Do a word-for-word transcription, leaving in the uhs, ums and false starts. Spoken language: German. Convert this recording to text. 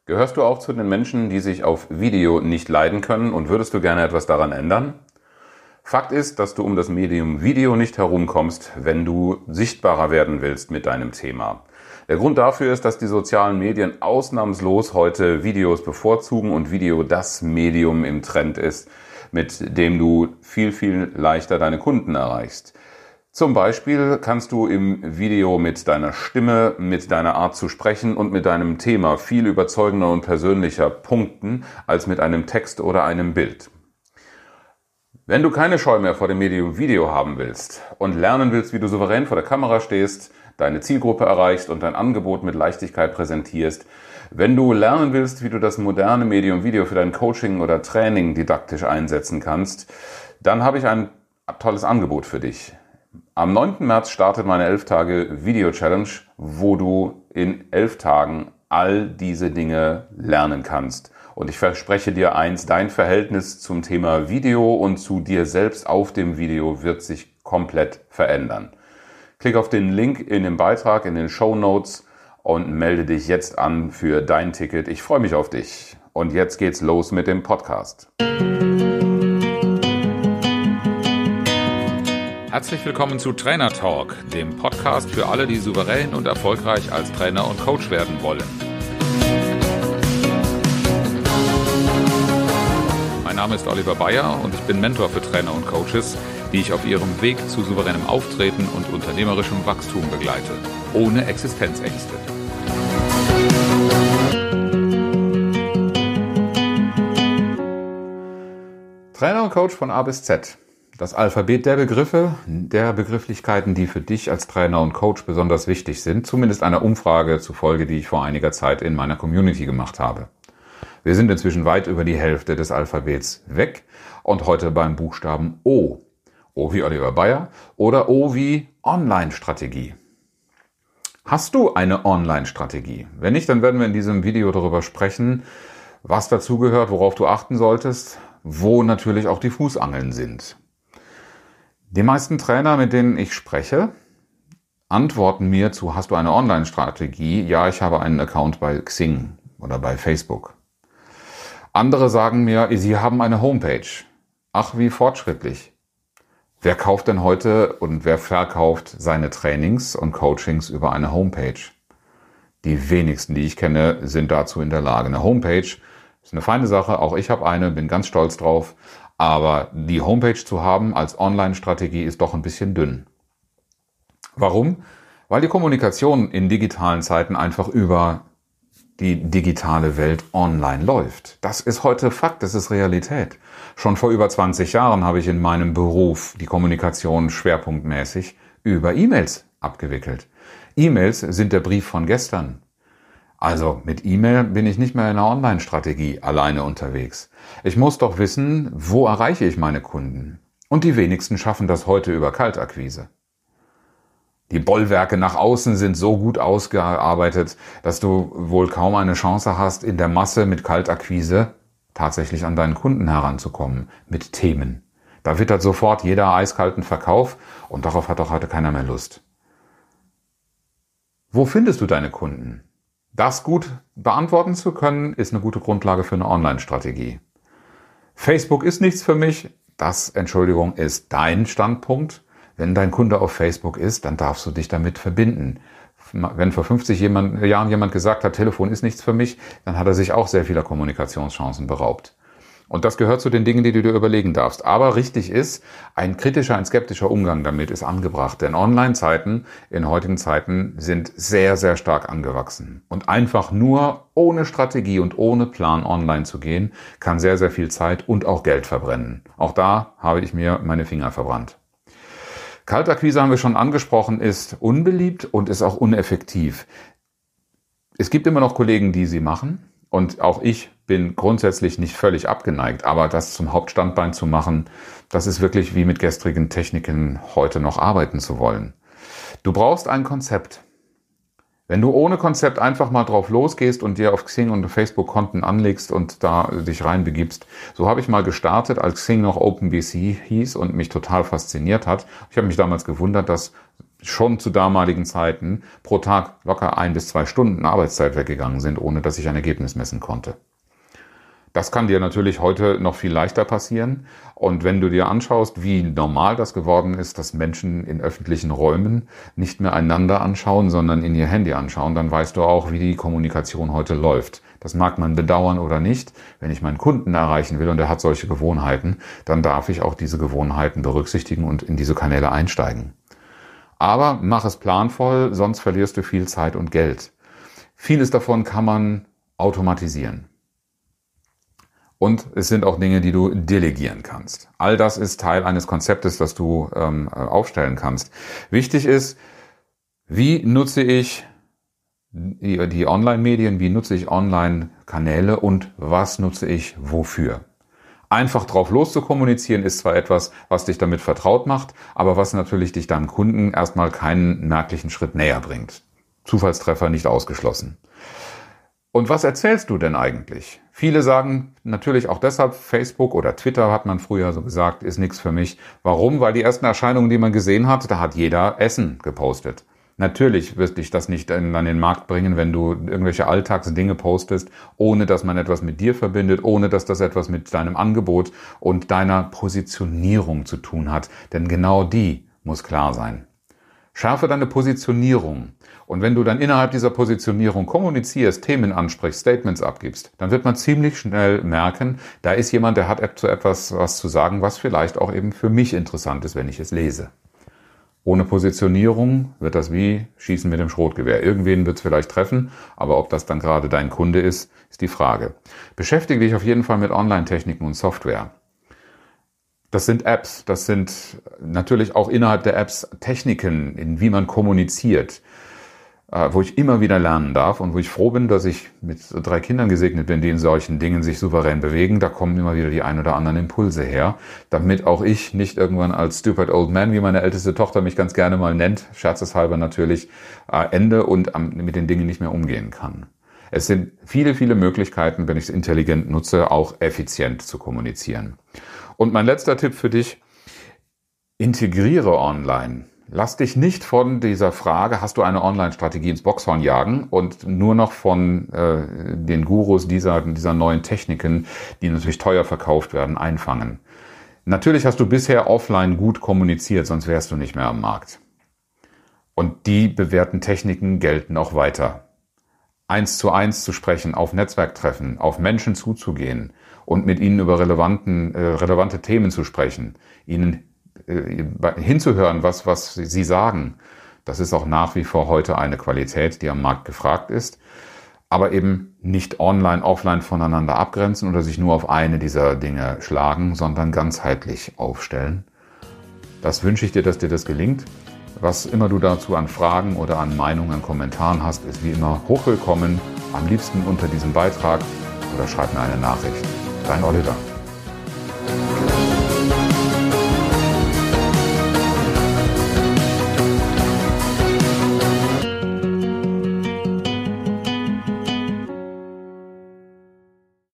Gehörst du auch zu den Menschen, die sich auf Video nicht leiden können und würdest du gerne etwas daran ändern? Fakt ist, dass du um das Medium Video nicht herumkommst, wenn du sichtbarer werden willst mit deinem Thema. Der Grund dafür ist, dass die sozialen Medien ausnahmslos heute Videos bevorzugen und Video das Medium im Trend ist, mit dem du viel, viel leichter deine Kunden erreichst. Zum Beispiel kannst du im Video mit deiner Stimme, mit deiner Art zu sprechen und mit deinem Thema viel überzeugender und persönlicher punkten als mit einem Text oder einem Bild. Wenn du keine Scheu mehr vor dem Medium Video haben willst und lernen willst, wie du souverän vor der Kamera stehst, deine Zielgruppe erreichst und dein Angebot mit Leichtigkeit präsentierst, wenn du lernen willst, wie du das moderne Medium Video für dein Coaching oder Training didaktisch einsetzen kannst, dann habe ich ein tolles Angebot für dich. Am neunten März startet meine elf Tage Video Challenge, wo du in elf Tagen all diese Dinge lernen kannst. Und ich verspreche dir eins, dein Verhältnis zum Thema Video und zu dir selbst auf dem Video wird sich komplett verändern. Klick auf den Link in dem Beitrag, in den Shownotes und melde dich jetzt an für dein Ticket. Ich freue mich auf dich. Und jetzt geht's los mit dem Podcast. Herzlich willkommen zu Trainer Talk, dem Podcast für alle, die souverän und erfolgreich als Trainer und Coach werden wollen. Mein Name ist Oliver Bayer und ich bin Mentor für Trainer und Coaches, die ich auf ihrem Weg zu souveränem Auftreten und unternehmerischem Wachstum begleite, ohne Existenzängste. Trainer und Coach von A bis Z. Das Alphabet der Begriffe, der Begrifflichkeiten, die für dich als Trainer und Coach besonders wichtig sind, zumindest einer Umfrage zufolge, die ich vor einiger Zeit in meiner Community gemacht habe. Wir sind inzwischen weit über die Hälfte des Alphabets weg und heute beim Buchstaben O. O wie Oliver Bayer oder O wie Online-Strategie. Hast du eine Online-Strategie? Wenn nicht, dann werden wir in diesem Video darüber sprechen, was dazugehört, worauf du achten solltest, wo natürlich auch die Fußangeln sind. Die meisten Trainer, mit denen ich spreche, antworten mir zu, hast du eine Online-Strategie? Ja, ich habe einen Account bei Xing oder bei Facebook. Andere sagen mir, sie haben eine Homepage. Ach, wie fortschrittlich. Wer kauft denn heute und wer verkauft seine Trainings und Coachings über eine Homepage? Die wenigsten, die ich kenne, sind dazu in der Lage. Eine Homepage ist eine feine Sache, auch ich habe eine, bin ganz stolz drauf. Aber die Homepage zu haben als Online-Strategie ist doch ein bisschen dünn. Warum? Weil die Kommunikation in digitalen Zeiten einfach über die digitale Welt online läuft. Das ist heute Fakt, das ist Realität. Schon vor über zwanzig Jahren habe ich in meinem Beruf die Kommunikation schwerpunktmäßig über E-Mails abgewickelt. E-Mails sind der Brief von gestern. Also mit E-Mail bin ich nicht mehr in einer Online-Strategie alleine unterwegs. Ich muss doch wissen, wo erreiche ich meine Kunden? Und die wenigsten schaffen das heute über Kaltakquise. Die Bollwerke nach außen sind so gut ausgearbeitet, dass du wohl kaum eine Chance hast, in der Masse mit Kaltakquise tatsächlich an deinen Kunden heranzukommen, mit Themen. Da wittert sofort jeder eiskalten Verkauf und darauf hat auch heute keiner mehr Lust. Wo findest du deine Kunden? Das gut beantworten zu können, ist eine gute Grundlage für eine Online-Strategie. Facebook ist nichts für mich. Das, Entschuldigung, ist dein Standpunkt. Wenn dein Kunde auf Facebook ist, dann darfst du dich damit verbinden. Wenn vor fünfzig Jahren jemand gesagt hat, Telefon ist nichts für mich, dann hat er sich auch sehr vieler Kommunikationschancen beraubt. Und das gehört zu den Dingen, die du dir überlegen darfst. Aber richtig ist, ein kritischer, ein skeptischer Umgang damit ist angebracht. Denn Online-Zeiten in heutigen Zeiten sind sehr, sehr stark angewachsen. Und einfach nur ohne Strategie und ohne Plan online zu gehen, kann sehr, sehr viel Zeit und auch Geld verbrennen. Auch da habe ich mir meine Finger verbrannt. Kaltakquise haben wir schon angesprochen, ist unbeliebt und ist auch uneffektiv. Es gibt immer noch Kollegen, die sie machen. Und auch ich bin grundsätzlich nicht völlig abgeneigt, aber das zum Hauptstandbein zu machen, das ist wirklich wie mit gestrigen Techniken heute noch arbeiten zu wollen. Du brauchst ein Konzept. Wenn du ohne Konzept einfach mal drauf losgehst und dir auf Xing und Facebook Konten anlegst und da dich reinbegibst, so habe ich mal gestartet, als Xing noch OpenBC hieß und mich total fasziniert hat. Ich habe mich damals gewundert, dass schon zu damaligen Zeiten pro Tag locker ein bis zwei Stunden Arbeitszeit weggegangen sind, ohne dass ich ein Ergebnis messen konnte. Das kann dir natürlich heute noch viel leichter passieren. Und wenn du dir anschaust, wie normal das geworden ist, dass Menschen in öffentlichen Räumen nicht mehr einander anschauen, sondern in ihr Handy anschauen, dann weißt du auch, wie die Kommunikation heute läuft. Das mag man bedauern oder nicht. Wenn ich meinen Kunden erreichen will und er hat solche Gewohnheiten, dann darf ich auch diese Gewohnheiten berücksichtigen und in diese Kanäle einsteigen. Aber mach es planvoll, sonst verlierst du viel Zeit und Geld. Vieles davon kann man automatisieren. Und es sind auch Dinge, die du delegieren kannst. All das ist Teil eines Konzeptes, das du ähm, aufstellen kannst. Wichtig ist, wie nutze ich die, die Online-Medien, wie nutze ich Online-Kanäle und was nutze ich wofür. Einfach drauf loszukommunizieren ist zwar etwas, was dich damit vertraut macht, aber was natürlich dich deinem Kunden erstmal keinen merklichen Schritt näher bringt. Zufallstreffer nicht ausgeschlossen. Und was erzählst du denn eigentlich? Viele sagen natürlich auch deshalb, Facebook oder Twitter, hat man früher so gesagt, ist nichts für mich. Warum? Weil die ersten Erscheinungen, die man gesehen hat, da hat jeder Essen gepostet. Natürlich wird dich das nicht an den Markt bringen, wenn du irgendwelche Alltagsdinge postest, ohne dass man etwas mit dir verbindet, ohne dass das etwas mit deinem Angebot und deiner Positionierung zu tun hat. Denn genau die muss klar sein. Schärfe deine Positionierung. Und wenn du dann innerhalb dieser Positionierung kommunizierst, Themen ansprichst, Statements abgibst, dann wird man ziemlich schnell merken, da ist jemand, der hat zu etwas was zu sagen, was vielleicht auch eben für mich interessant ist, wenn ich es lese. Ohne Positionierung wird das wie Schießen mit dem Schrotgewehr. Irgendwen wird es vielleicht treffen, aber ob das dann gerade dein Kunde ist, ist die Frage. Beschäftige dich auf jeden Fall mit Online-Techniken und Software. Das sind Apps, das sind natürlich auch innerhalb der Apps Techniken, in wie man kommuniziert, wo ich immer wieder lernen darf und wo ich froh bin, dass ich mit drei Kindern gesegnet bin, die in solchen Dingen sich souverän bewegen. Da kommen immer wieder die ein oder anderen Impulse her, damit auch ich nicht irgendwann als stupid old man, wie meine älteste Tochter mich ganz gerne mal nennt, scherzeshalber natürlich, ende und mit den Dingen nicht mehr umgehen kann. Es sind viele, viele Möglichkeiten, wenn ich es intelligent nutze, auch effizient zu kommunizieren. Und mein letzter Tipp für dich, integriere online. Lass dich nicht von dieser Frage, hast du eine Online-Strategie, ins Boxhorn jagen und nur noch von äh, den Gurus dieser, dieser neuen Techniken, die natürlich teuer verkauft werden, einfangen. Natürlich hast du bisher offline gut kommuniziert, sonst wärst du nicht mehr am Markt. Und die bewährten Techniken gelten auch weiter. Eins zu eins zu sprechen, auf Netzwerktreffen, auf Menschen zuzugehen und mit ihnen über relevanten, äh, relevante Themen zu sprechen, ihnen äh, hinzuhören, was, was sie sagen. Das ist auch nach wie vor heute eine Qualität, die am Markt gefragt ist. Aber eben nicht online, offline voneinander abgrenzen oder sich nur auf eine dieser Dinge schlagen, sondern ganzheitlich aufstellen. Das wünsche ich dir, dass dir das gelingt. Was immer du dazu an Fragen oder an Meinungen, an Kommentaren hast, ist wie immer hochwillkommen. Am liebsten unter diesem Beitrag oder schreib mir eine Nachricht. Dein Oliver.